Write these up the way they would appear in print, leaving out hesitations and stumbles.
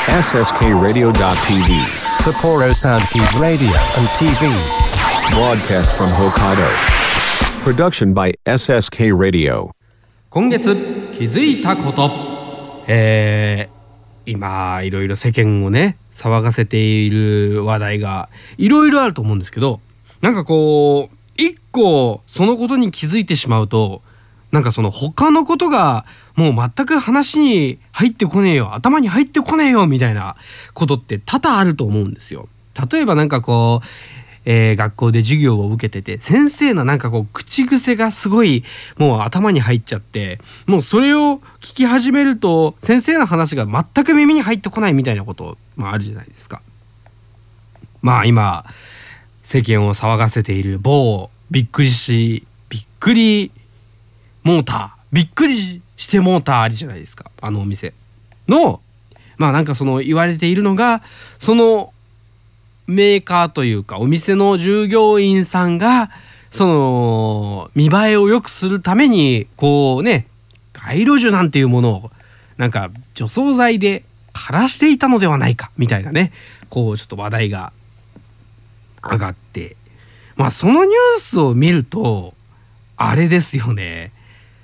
SSKRadio.tv Sapporo Soundkeep Radio and TV Broadcast from Hokkaido Production by SSK Radio 今月気づいたこと、今いろいろ世間をね騒がせている話題がいろいろあると思うんですけど、なんかこう一個そのことに気づいてしまうと、なんかその他のことがもう全く話に入ってこねえよ、頭に入ってこねえよみたいなことって多々あると思うんですよ。例えばなんかこう、学校で授業を受けてて、先生のなんかこう口癖がすごいもう頭に入っちゃって、もうそれを聞き始めると先生の話が全く耳に入ってこないみたいなこと、あるじゃないですか。今世間を騒がせている某びっくりモーター、びっくりしてモーターありじゃないですか、あのお店のなんかその言われているのが、そのメーカーというかお店の従業員さんがその見栄えを良くするためにこうね、街路樹なんていうものをなんか除草剤で枯らしていたのではないかみたいなね、こうちょっと話題が上がって、そのニュースを見るとあれですよね、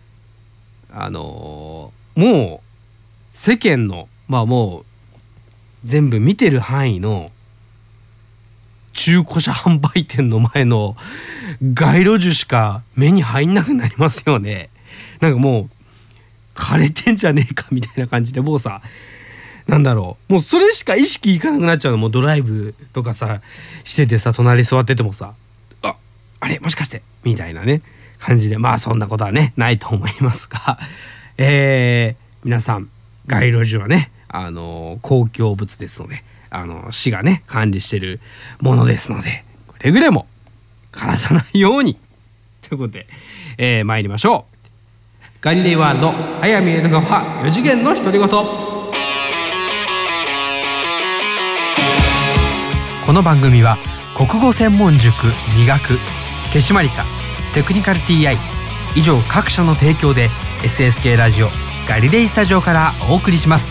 もう世間のもう全部見てる範囲の中古車販売店の前の街路樹しか目に入んなくなりますよね。なんかもう枯れてんじゃねえかみたいな感じで、もうさ、なんだろう、もうそれしか意識いかなくなっちゃうの。もうドライブとかさしててさ、隣座っててもさ、あれもしかしてみたいなね感じで、そんなことはねないと思いますが、皆さん街路樹はね公共物ですので、市がね管理してるものですので、くれぐれも枯らさないようにということで、参りましょう。ガリレイワールド早見える川4次元の独り言。この番組は国語専門塾磨く、手締まりか、テクニカル TI 以上各社の提供で SSK ラジオガリレイスタジオからお送りします。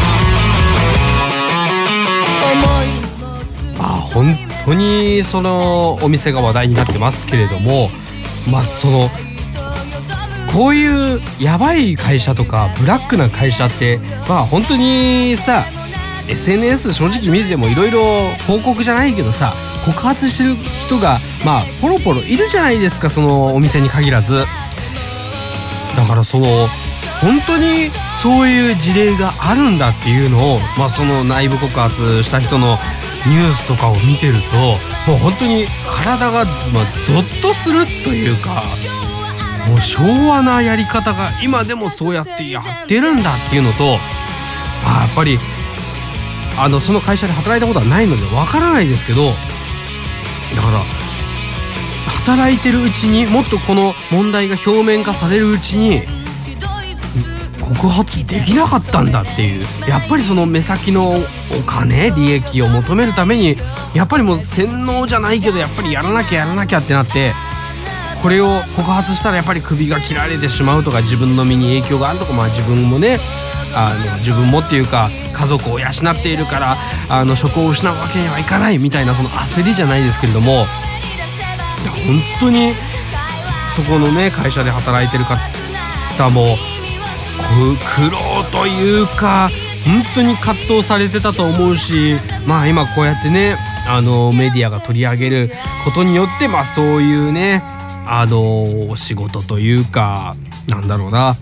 本当にそのお店が話題になってますけれども、そのこういうやばい会社とかブラックな会社って本当にさ、 SNS 正直見ててもいろいろ報告じゃないけどさ、告発してる人がポロポロいるじゃないですか、そのお店に限らず。だからその本当にそういう事例があるんだっていうのを、その内部告発した人のニュースとかを見てると、もう本当に体がゾッとするというか、もう昭和なやり方が今でもそうやってやってるんだっていうのと、やっぱりその会社で働いたことはないのでわからないですけど、だから働いてるうちにもっとこの問題が表面化されるうちに告発できなかったんだっていう、やっぱりその目先のお金利益を求めるためにやっぱりもう洗脳じゃないけどやっぱりやらなきゃってなって、これを告発したらやっぱり首が切られてしまうとか、自分の身に影響があるとか、自分もね自分もっていうか家族を養っているから職を失うわけにはいかないみたいな、その焦りじゃないですけれども、本当にそこのね会社で働いてる方も苦労というか本当に葛藤されてたと思うし、今こうやってねメディアが取り上げることによって、そういうねお仕事というか、なんだろうな、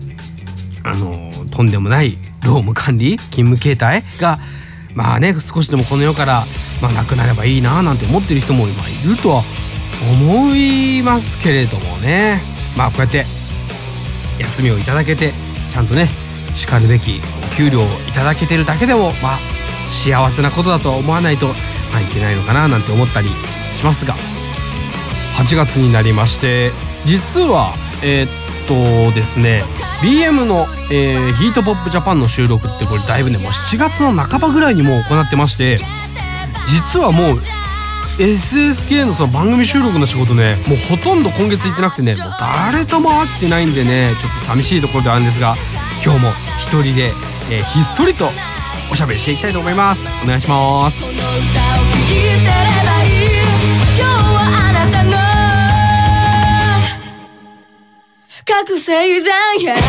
とんでもない労務管理勤務形態が少しでもこの世からなくなればいいななんて思ってる人も今いるとは思いますけれどもね。こうやって休みをいただけて、ちゃんとねしかるべきお給料をいただけてるだけでも幸せなことだとは思わないといけないのかななんて思ったりしますが、8月になりまして、実はですね BM の、ヒートポップジャパンの収録ってこれだいぶねもう7月の半ばぐらいにもう行ってまして、実はもう SSK のその番組収録の仕事ね、もうほとんど今月行ってなくてね、もう誰とも会ってないんでね、ちょっと寂しいところであるんですが、今日も一人で、ひっそりとおしゃべりしていきたいと思います。お願いします。 この歌を聴いてればいい。今日はあなたの覚醒剤や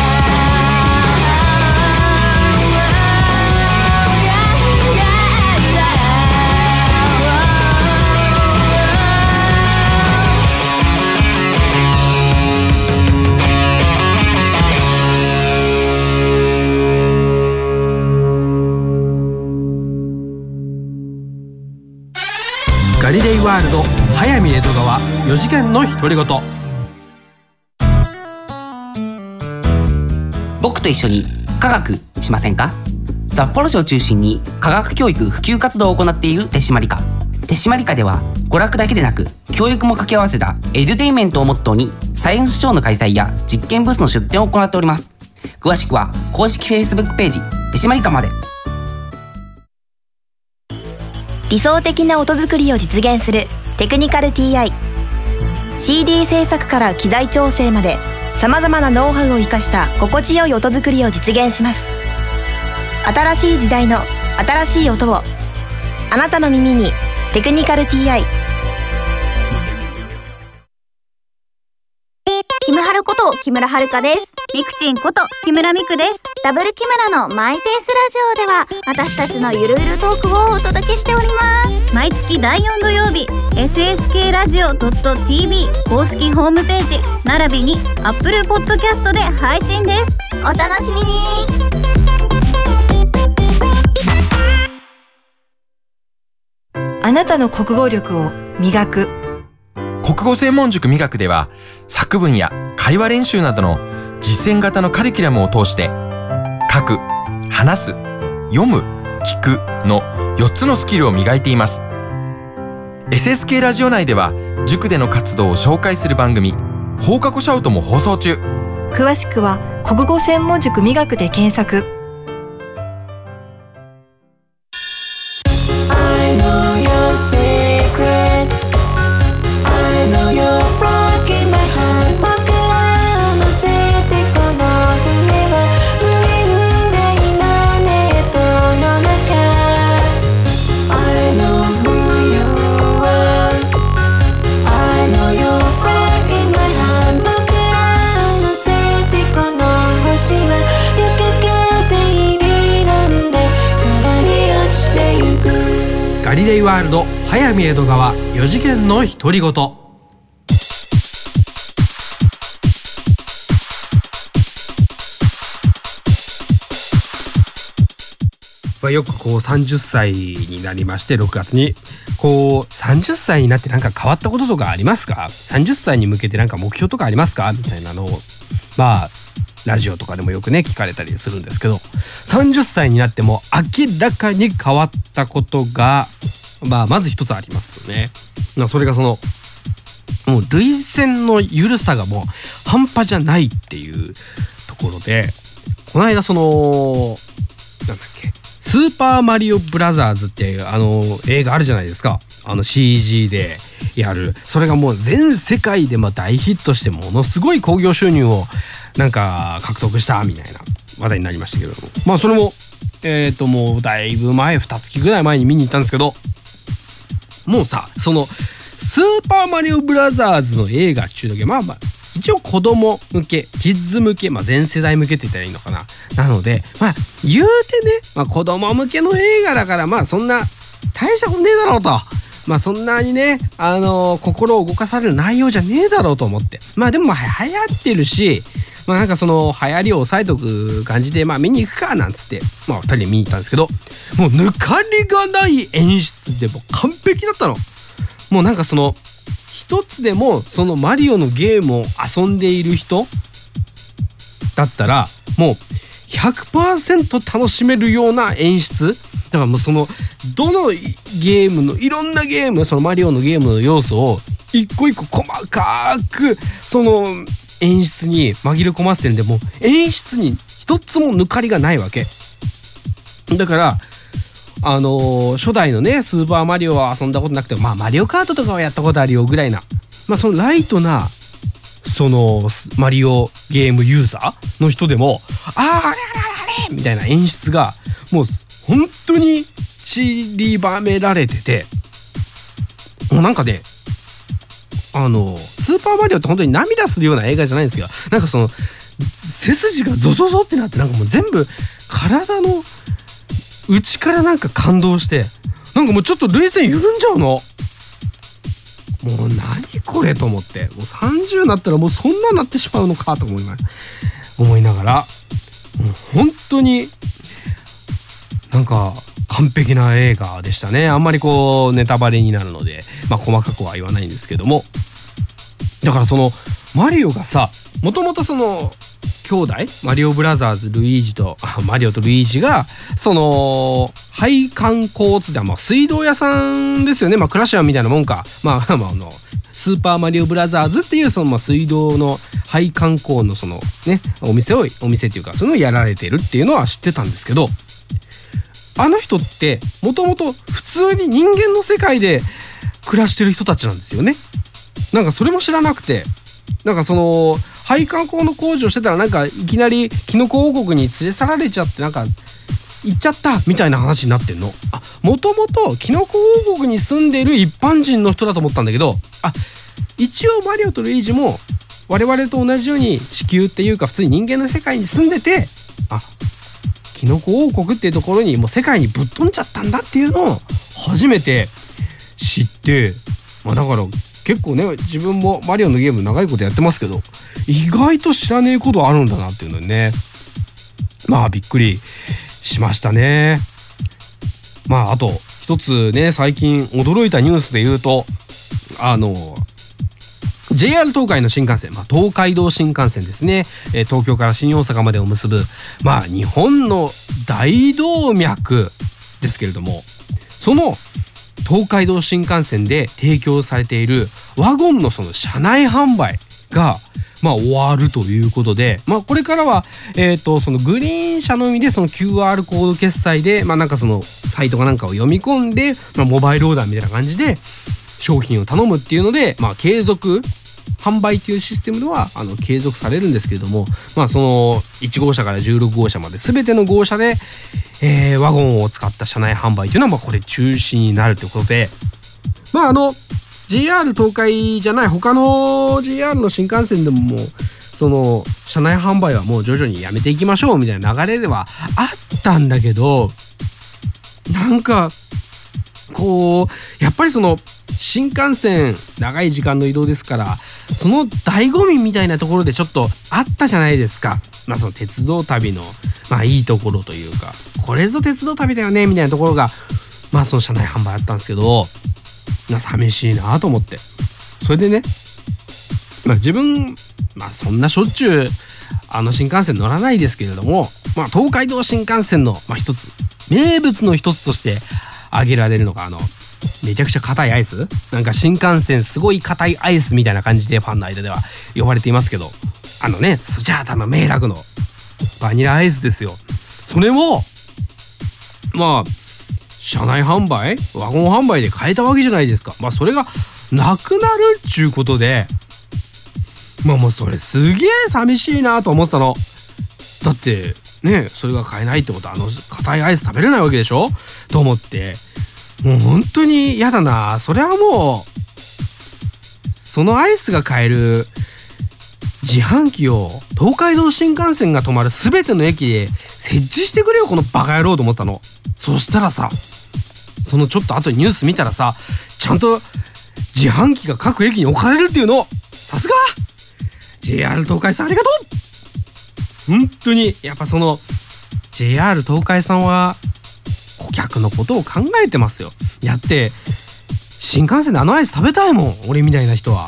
ガリレイワールド早見江戸川4次元の独り言。 僕と一緒に科学しませんか？札幌市を中心に科学教育普及活動を行っている手締まり課。手締まり課では娯楽だけでなく教育も掛け合わせたエデュテインメントをモットーにサイエンスショーの開催や実験ブースの出展を行っております。詳しくは公式 Facebook ページ手締まり課まで。 理想的な音作りを実現するテクニカル TI。CD 制作から機材調整までさまざまなノウハウを生かした心地よい音作りを実現します。新しい時代の新しい音をあなたの耳に。テクニカル TI。 キムハルこと木村遥です。ミクチンこと木村ミクです。ダブル木村のマイペースラジオでは私たちのゆるゆるトークをお届けしております。毎月第4土曜日 SSK ラジオ .tv 公式ホームページ並びに Apple Podcast で配信です。お楽しみに。 あなたの国語力を磨く国語専門塾磨くでは作文や会話練習などの実践型のカリキュラムを通して書く、話す、読む、聞くの4つのスキルを磨いています。 SSK ラジオ内では塾での活動を紹介する番組放課後シャウトも放送中。 詳しくは国語専門塾磨くで検索。 ガリレイワールド早見江戸川4次元の独り言。よくこう30歳になりまして6月にこう30歳になってなんか変わったこととかありますか？ 30 歳に向けてなんか目標とかありますかみたいなのをラジオとかでもよくね聞かれたりするんですけど、30歳になっても明らかに変わったことがまず一つありますね。それがもう涙腺の緩さがもう半端じゃないっていうところで、この間なんだっけスーパーマリオブラザーズっていう映画あるじゃないですか。CG でやる、それがもう全世界で大ヒットしてものすごい興行収入をなんか獲得したみたいな話題になりましたけども、それももうだいぶ前2月ぐらい前に見に行ったんですけど、もうさスーパーマリオブラザーズの映画中だけ一応子供向けキッズ向け全世代向けって言ったらいいのかなので言うてね、子供向けの映画だからそんな大したことねえだろうと、そんなにね心を動かされる内容じゃねえだろうと思って、でも流行ってるしなんか流行りを抑えとく感じで見に行くかなんつって2人で見に行ったんですけど、もう抜かりがない演出でもう完璧だったの。もうなんか一つでもマリオのゲームを遊んでいる人だったらもう 100% 楽しめるような演出だから、もうどのゲームのいろんなゲームマリオのゲームの要素を一個一個細かく演出に紛れ込ませてんで、もう演出に一つも抜かりがないわけだから、初代のねスーパーマリオは遊んだことなくてもマリオカートとかはやったことあるよぐらいな、ライトなマリオゲームユーザーの人でもあれみたいな演出がもうほ本当に散りばめられてて、もうなんかねスーパーマリオって本当に涙するような映画じゃないんですけど、なんかその背筋がゾゾゾってなって、なんかもう全部体の内からなんか感動して、なんかもうちょっと涙腺緩んじゃうの。もう何これと思って、もう30になったらもうそんなになってしまうのかと思いながら、もう本当になんか完璧な映画でしたね。あんまりこうネタバレになるので、細かくは言わないんですけども、だからそのマリオがさ、もともとその兄弟マリオブラザーズマリオとルイージがその配管工つって、水道屋さんですよね。クラシアンみたいなもんか。スーパーマリオブラザーズっていうその水道の配管工のそのねお店っていうか、そのやられてるっていうのは知ってたんですけど、あの人ってもともと普通に人間の世界で暮らしてる人たちなんですよね。なんかそれも知らなくて、なんかその配管工の工事をしてたら、なんかいきなりキノコ王国に連れ去られちゃって、なんか行っちゃったみたいな話になってんの。もともとキノコ王国に住んでいる一般人の人だと思ったんだけど、一応マリオとルイージも我々と同じように地球っていうか普通に人間の世界に住んでて、キノコ王国っていうところにもう世界にぶっ飛んじゃったんだっていうのを初めて知って、だから結構ね、自分もマリオのゲーム長いことやってますけど、意外と知らねえことあるんだなっていうのにね、びっくりしましたね。あと一つね、最近驚いたニュースで言うと、JR 東海の新幹線、東海道新幹線ですね、東京から新大阪までを結ぶ、日本の大動脈ですけれども、その東海道新幹線で提供されているワゴンのその車内販売が終わるということで、これからはそのグリーン車のみでその QR コード決済でなんかそのサイトかなんかを読み込んで、モバイルオーダーみたいな感じで商品を頼むっていうので、継続販売というシステムでは継続されるんですけれども、その1号車から16号車まで全ての号車で、ワゴンを使った車内販売というのはこれ中止になるということで、JR 東海じゃない他の JR の新幹線でももうその車内販売はもう徐々にやめていきましょうみたいな流れではあったんだけど、なんかこうやっぱりその新幹線長い時間の移動ですから、その醍醐味みたいなところでちょっとあったじゃないですか。その鉄道旅のいいところというか、これぞ鉄道旅だよねみたいなところがその車内販売あったんですけど、寂しいなと思って、それでね、自分そんなしょっちゅう新幹線乗らないですけれども、東海道新幹線の一つ名物の一つとして挙げられるのがめちゃくちゃ硬いアイス、なんか新幹線すごい硬いアイスみたいな感じでファンの間では呼ばれていますけど、スジャータの名楽のバニラアイスですよ。それも車内販売、ワゴン販売で買えたわけじゃないですか。それがなくなるっちゅうことで、もうそれすげえ寂しいなと思ってたの。だってね、それが買えないってことは硬いアイス食べれないわけでしょと思って、もう本当に嫌だな。それはもうそのアイスが買える自販機を東海道新幹線が止まる全ての駅で設置してくれよこのバカ野郎と思ったの。そしたらさ、そのちょっと後にニュース見たらさ、ちゃんと自販機が各駅に置かれるっていうの、さすが JR 東海さんありがとう。本当にやっぱその JR 東海さんは顧客のことを考えてますよ。やって新幹線でアイス食べたいもん、俺みたいな人は。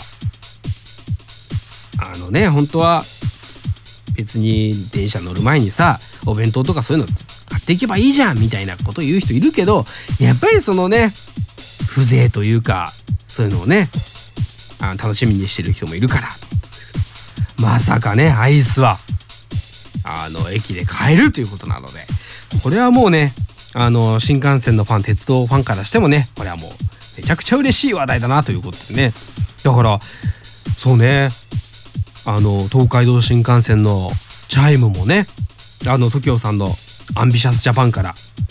本当は別に電車乗る前にさ、お弁当とかそういうの買っていけばいいじゃんみたいなこと言う人いるけど、やっぱりそのね、風情というかそういうのをね楽しみにしてる人もいるから、まさかねアイスは駅で買えるということなので、これはもうね新幹線のファン、鉄道ファンからしてもね、これはもうめちゃくちゃ嬉しい話題だなということでね。だからそうね、東海道新幹線のチャイムもね、TOKIOさんのアンビシャスジャパンから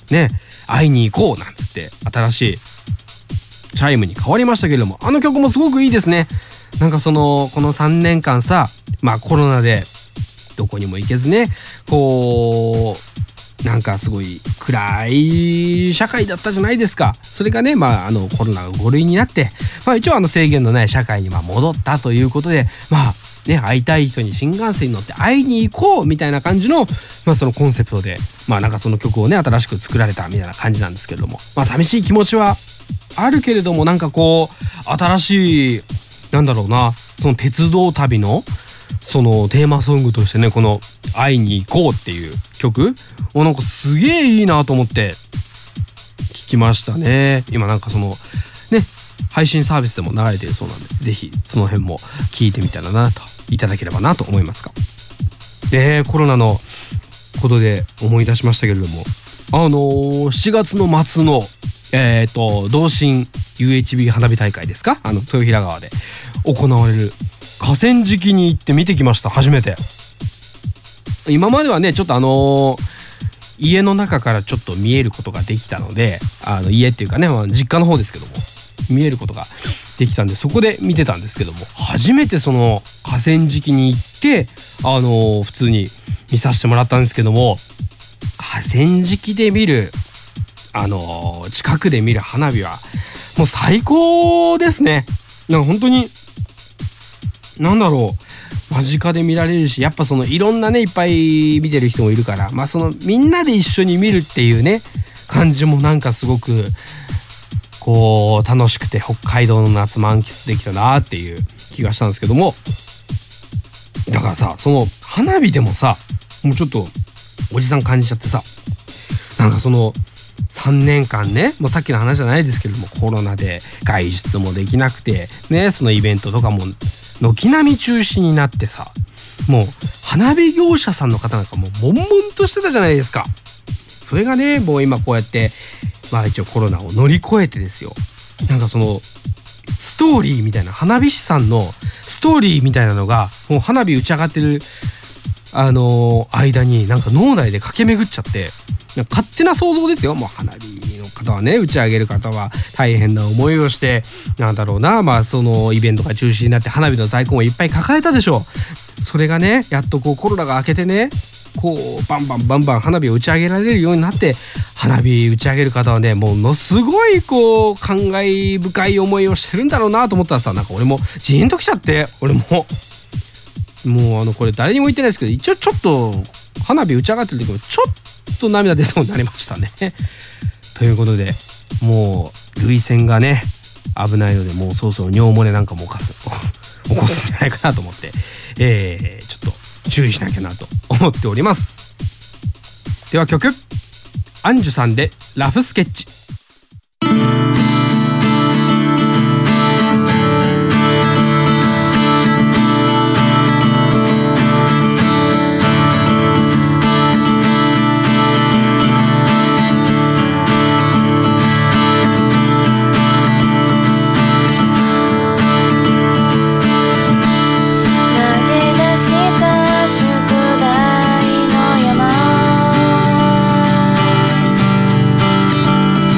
ね、会いに行こうなんつって新しいチャイムに変わりましたけれども、あの曲もすごくいいですね。なんかこの3年間さ、コロナでどこにも行けずね、こうなんかすごい暗い社会だったじゃないですか。それがね、コロナが5類になって、一応制限のない社会に戻ったということで、会いたい人に新幹線に乗って会いに行こうみたいな感じの、そのコンセプトで、なんかその曲をね新しく作られたみたいな感じなんですけれども、寂しい気持ちはあるけれども、なんかこう新しいその鉄道旅のそのテーマソングとしてね、この会いに行こうっていう曲をなんかすげえいいなと思って聞きましたね。今なんかそのね配信サービスでも流れているそうなんで、ぜひその辺も聞いてみたらなといただければなと思いますが、でコロナのことで思い出しましたけれども、7月の末の同心 UHB 花火大会ですか、豊平川で行われる河川敷に行って見てきました。初めて。今まではねちょっと家の中からちょっと見えることができたので、家っていうかね、実家の方ですけども見えることができたんで、そこで見てたんですけども、初めてその河川敷に行って普通に見させてもらったんですけども、河川敷で見る近くで見る花火はもう最高ですね。なんか本当に間近で見られるし、やっぱそのいろんなねいっぱい見てる人もいるから、そのみんなで一緒に見るっていうね感じもなんかすごくこう楽しくて、北海道の夏満喫できたなっていう気がしたんですけども、だからさ、その花火でもさ、もうちょっとおじさん感じちゃってさ、なんかその3年間ね、もうさっきの話じゃないですけれども、コロナで外出もできなくてね、そのイベントとかも軒並み中止になってさ、もう花火業者さんの方なんかもう悶々としてたじゃないですか。それがねもう今こうやって一応コロナを乗り越えてですよ、なんかそのストーリーみたいな、花火師さんのストーリーみたいなのがもう花火打ち上がってる間になんか脳内で駆け巡っちゃって、勝手な想像ですよ。もう花火の方はね、打ち上げる方は大変な思いをして、そのイベントが中止になって花火の在庫もいっぱい抱えたでしょう。それがねやっとこうコロナが明けてね、こうバンバン花火を打ち上げられるようになって、花火打ち上げる方はねものすごいこう感慨深い思いをしてるんだろうなと思ったらさ、なんか俺もジーンときちゃって、俺もこれ誰にも言ってないですけど、一応ちょっと花火打ち上がってる時もちょっと涙出そうになりましたねということで、もう涙腺がね危ないので、もうそろそろ尿漏れなんかも起こすんじゃないかなと思って、ちょっと注意しなきゃなと思っております。では曲、アンジュさんでラフスケッチ。 宿題の山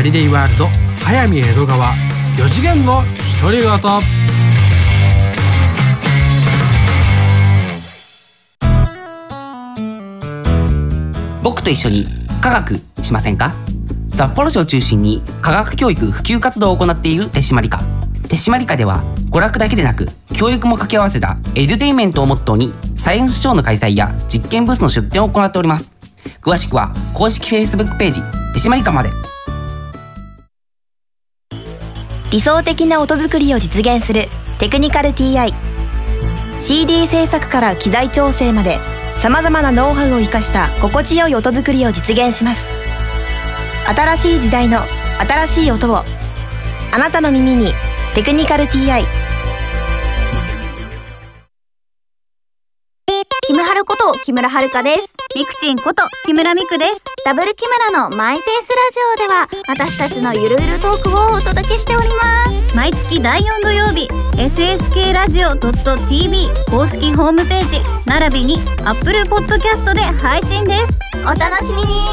ガリデイワールド早見江戸川4次元の独り言。 僕と一緒に科学しませんか？札幌市を中心に科学教育普及活動を行っている手締まり課。手締まり課では娯楽だけでなく教育も掛け合わせたエデュテインメントをモットーにサイエンスショーの開催や実験ブースの出展を行っております。詳しくは公式 Facebook ページ手締まり課まで。 理想的な音作りを実現するテクニカル TI。 CD 制作から機材調整までさまざまなノウハウを生かした心地よい音作りを実現します。新しい時代の新しい音をあなたの耳に。テクニカル TI。 キムハルこと木村遥です。ミクチンこと木村ミクです。ダブル木村のマイペースラジオでは私たちのゆるゆるトークをお届けしております。毎月第4土曜日 SSK ラジオ .tv 公式ホームページ並びに Apple Podcast で配信です。お楽しみに。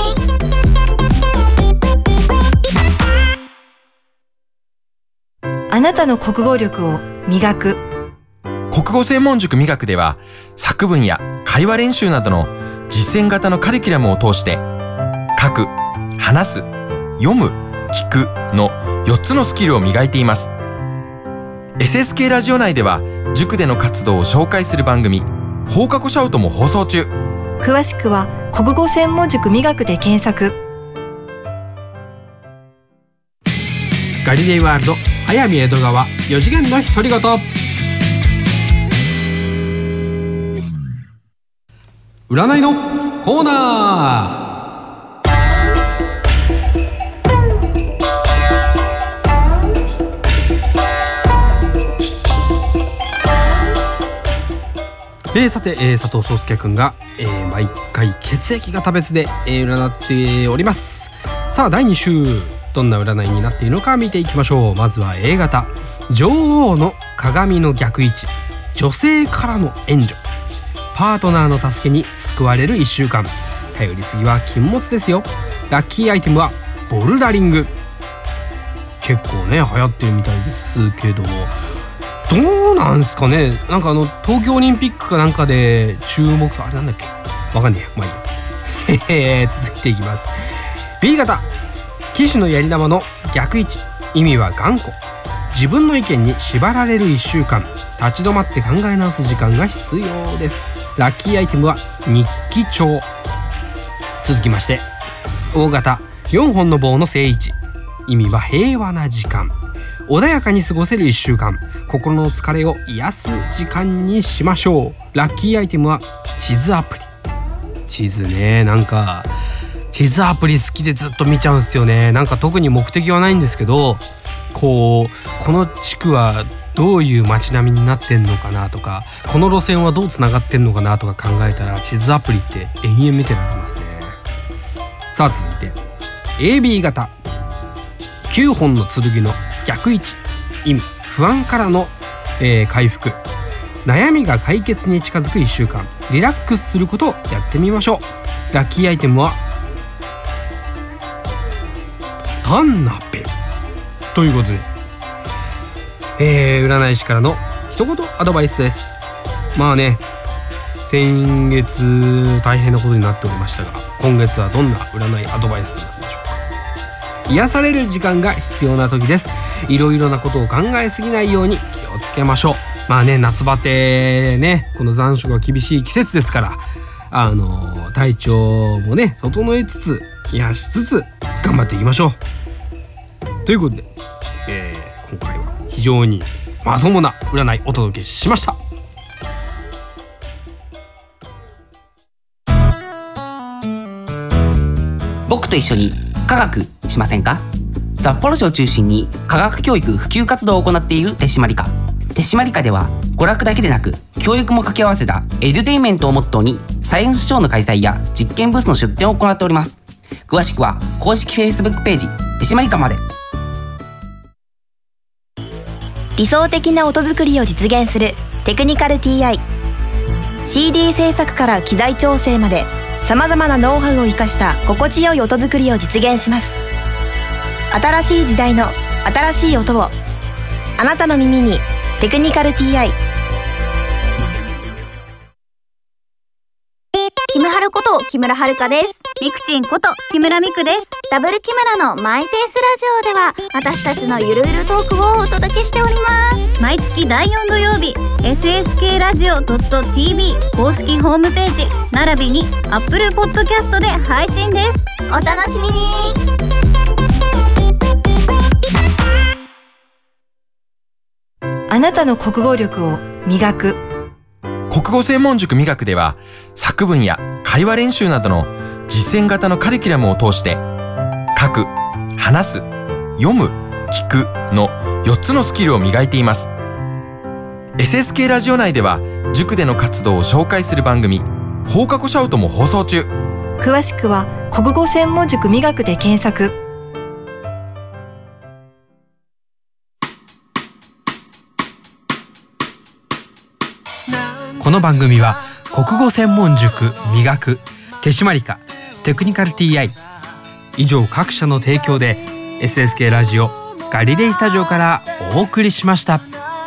あなたの国語力を磨く。 国語専門塾磨くでは、作文や会話練習などの実践型のカリキュラムを通して、書く、話す、読む、聞くの4つのスキルを磨いています。SSK ラジオ内では、塾での活動を紹介する番組、放課後シャウトも放送中。 詳しくは国語専門塾磨くで検索。 ガリデイワールド早見江戸川4次元の独り言。占いのコーナー。さて、佐藤壮介くんが、毎回血液型別で、占っております。さあ第2週どんな占いになっているのか見ていきましょう。まずは A 型、女王の鏡の逆位置、女性からの援助、パートナーの助けに救われる1週間、頼りすぎは禁物ですよ。ラッキーアイテムはボルダリング。結構ね流行ってるみたいですけども、どうなんすかね。なんか東京オリンピックかなんかで注目、あれなんだっけわかんねえや、まあいいや続いていきます。 B 型、騎士の槍玉の逆位置、意味は頑固。自分の意見に縛られる1週間、立ち止まって考え直す時間が必要です。ラッキーアイテムは日記帳。続きまして O 型、4本の棒の正位置、意味は平和な時間。穏やかに過ごせる1週間、心の疲れを癒す時間にしましょう。ラッキーアイテムは地図アプリ。地図ね、なんか地図アプリ好きでずっと見ちゃうんですよね。なんか特に目的はないんですけど、この地区はどういう街並みになってんのかなとか、この路線はどうつながってんのかなとか考えたら、地図アプリって延々見てられますね。さあ続いて AB 型、9本の剣の逆位置、意味不安からの、回復。悩みが解決に近づく1週間、リラックスすることをやってみましょう。ラッキーアイテムはボタン鍋ということで、占い師からの一言アドバイスです。まあね、先月大変なことになっておりましたが、今月はどんな占いアドバイスなんでしょうか。癒される時間が必要な時です。いろいろなことを考えすぎないように気をつけましょう。まあね、夏バテね、この残暑が厳しい季節ですから、体調もね整えつつ癒しつつ頑張っていきましょうということで、今回は非常にまともな占いお届けしました。 僕と一緒に科学しませんか？札幌市を中心に科学教育普及活動を行っている手締まり課。手締まり課では娯楽だけでなく教育も掛け合わせたエデュテインメントをモットーにサイエンスショーの開催や実験ブースの出展を行っております。詳しくは公式 Facebook ページ手締まり課まで。 理想的な音作りを実現するテクニカル TI。 CD 制作から機材調整までさまざまなノウハウを生かした心地よい音作りを実現します。 新しい時代の新しい音を、あなたの耳にテクニカル TI。 キムハルこと木村遥です。ミクチンこと木村ミクです。ダブル木村のマイペースラジオでは私たちのゆるゆるトークをお届けしております。毎月第4土曜日 SSK ラジオ .tv 公式ホームページ並びに Apple Podcast で配信です。お楽しみに。 あなたの国語力を磨く。 国語専門塾磨くでは、作文や会話練習などの実践型のカリキュラムを通して、書く、話す、読む、聞くの4つのスキルを磨いています。SSK ラジオ内では、塾での活動を紹介する番組、放課後シャウトも放送中。 詳しくは国語専門塾磨くで検索。 この番組は国語専門塾磨く、手締まりか、テクニカル TI 以上各社の提供で SSK ラジオガリレイスタジオからお送りしました。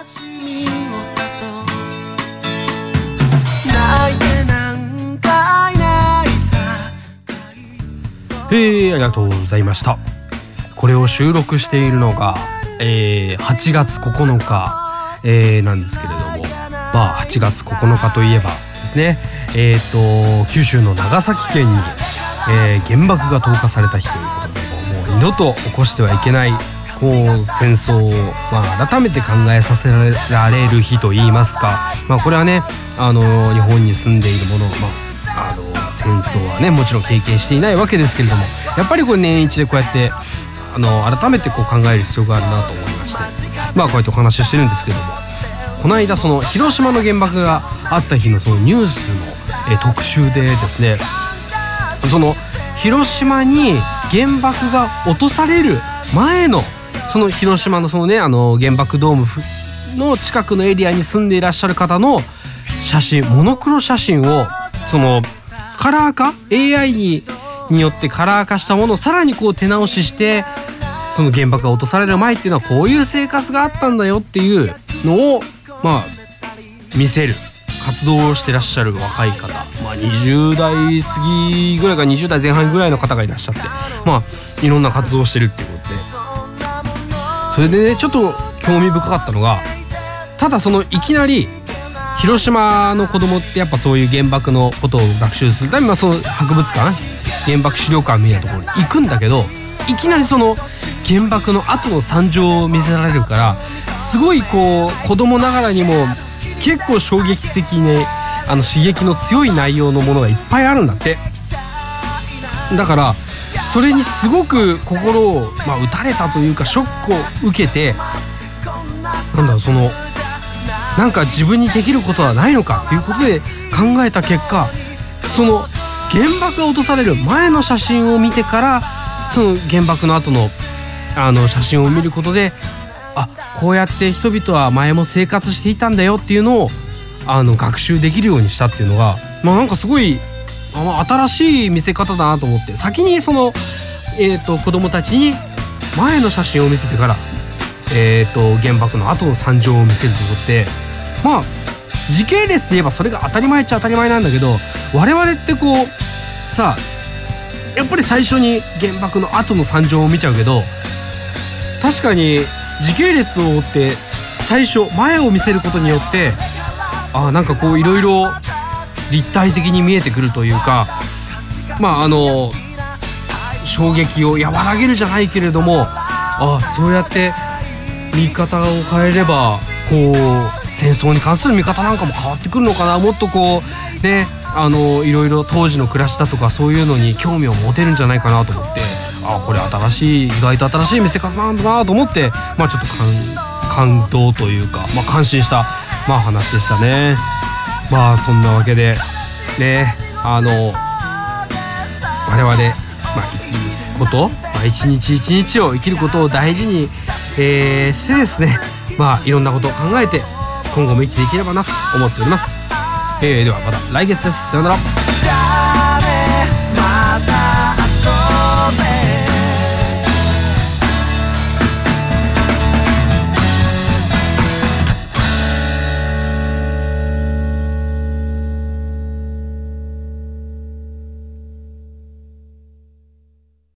ありがとうございました。これを収録しているのが、8月9日、なんですけれども、8月9日といえばですね、九州の長崎県に、原爆が投下された日ということで、もう二度と起こしてはいけない戦争を、改めて考えさせられる日といいますか、これはね、日本に住んでいる者、戦争はねもちろん経験していないわけですけれども、やっぱりこれ年一でこうやって改めて考える必要があるなと思いまして、こうやってお話ししてるんですけれども、この間その広島の原爆があった日のそのニュースの、特集でですね、その広島に原爆が落とされる前のその広島のそのね原爆ドームの近くのエリアに住んでいらっしゃる方の写真、モノクロ写真をそのカラー化 AI によってカラー化したものをさらに手直しして、その原爆が落とされる前っていうのはこういう生活があったんだよっていうのを見せる活動をしてらっしゃる若い方、20代過ぎぐらいか20代前半ぐらいの方がいらっしゃって、いろんな活動をしてるっていうことで、それでねちょっと興味深かったのが、ただそのいきなり広島の子供ってやっぱそういう原爆のことを学習するために、その博物館、原爆資料館みたいなところに行くんだけど、いきなりその原爆の後の惨状を見せられるから、すごい子供ながらにも結構衝撃的に刺激の強い内容のものがいっぱいあるんだって。だからそれにすごく心を、打たれたというかショックを受けて、なんか自分にできることはないのかっていうことで考えた結果、その原爆が落とされる前の写真を見てからその原爆の後の写真を見ることで、こうやって人々は前も生活していたんだよっていうのを学習できるようにしたっていうのが、なんかすごい新しい見せ方だなと思って、先にその、子供たちに前の写真を見せてから、原爆の後の惨状を見せるということで、時系列で言えばそれが当たり前っちゃ当たり前なんだけど、我々ってやっぱり最初に原爆の後の惨状を見ちゃうけど、確かに時系列を追って最初前を見せることによって、なんかいろいろ立体的に見えてくるというか、衝撃を和らげるじゃないけれども、そうやって見方を変えれば戦争に関する見方なんかも変わってくるのかな、もっといろいろ当時の暮らしだとかそういうのに興味を持てるんじゃないかなと思って、これ意外と新しい見せ方なんだなと思って、ちょっと感動というか、感心した話でしたね。そんなわけでね、我々、生きること、一日一日を生きることを大事に、してですね、いろんなことを考えて今後も生きていければなと思っております。ではまた来月です。さようなら。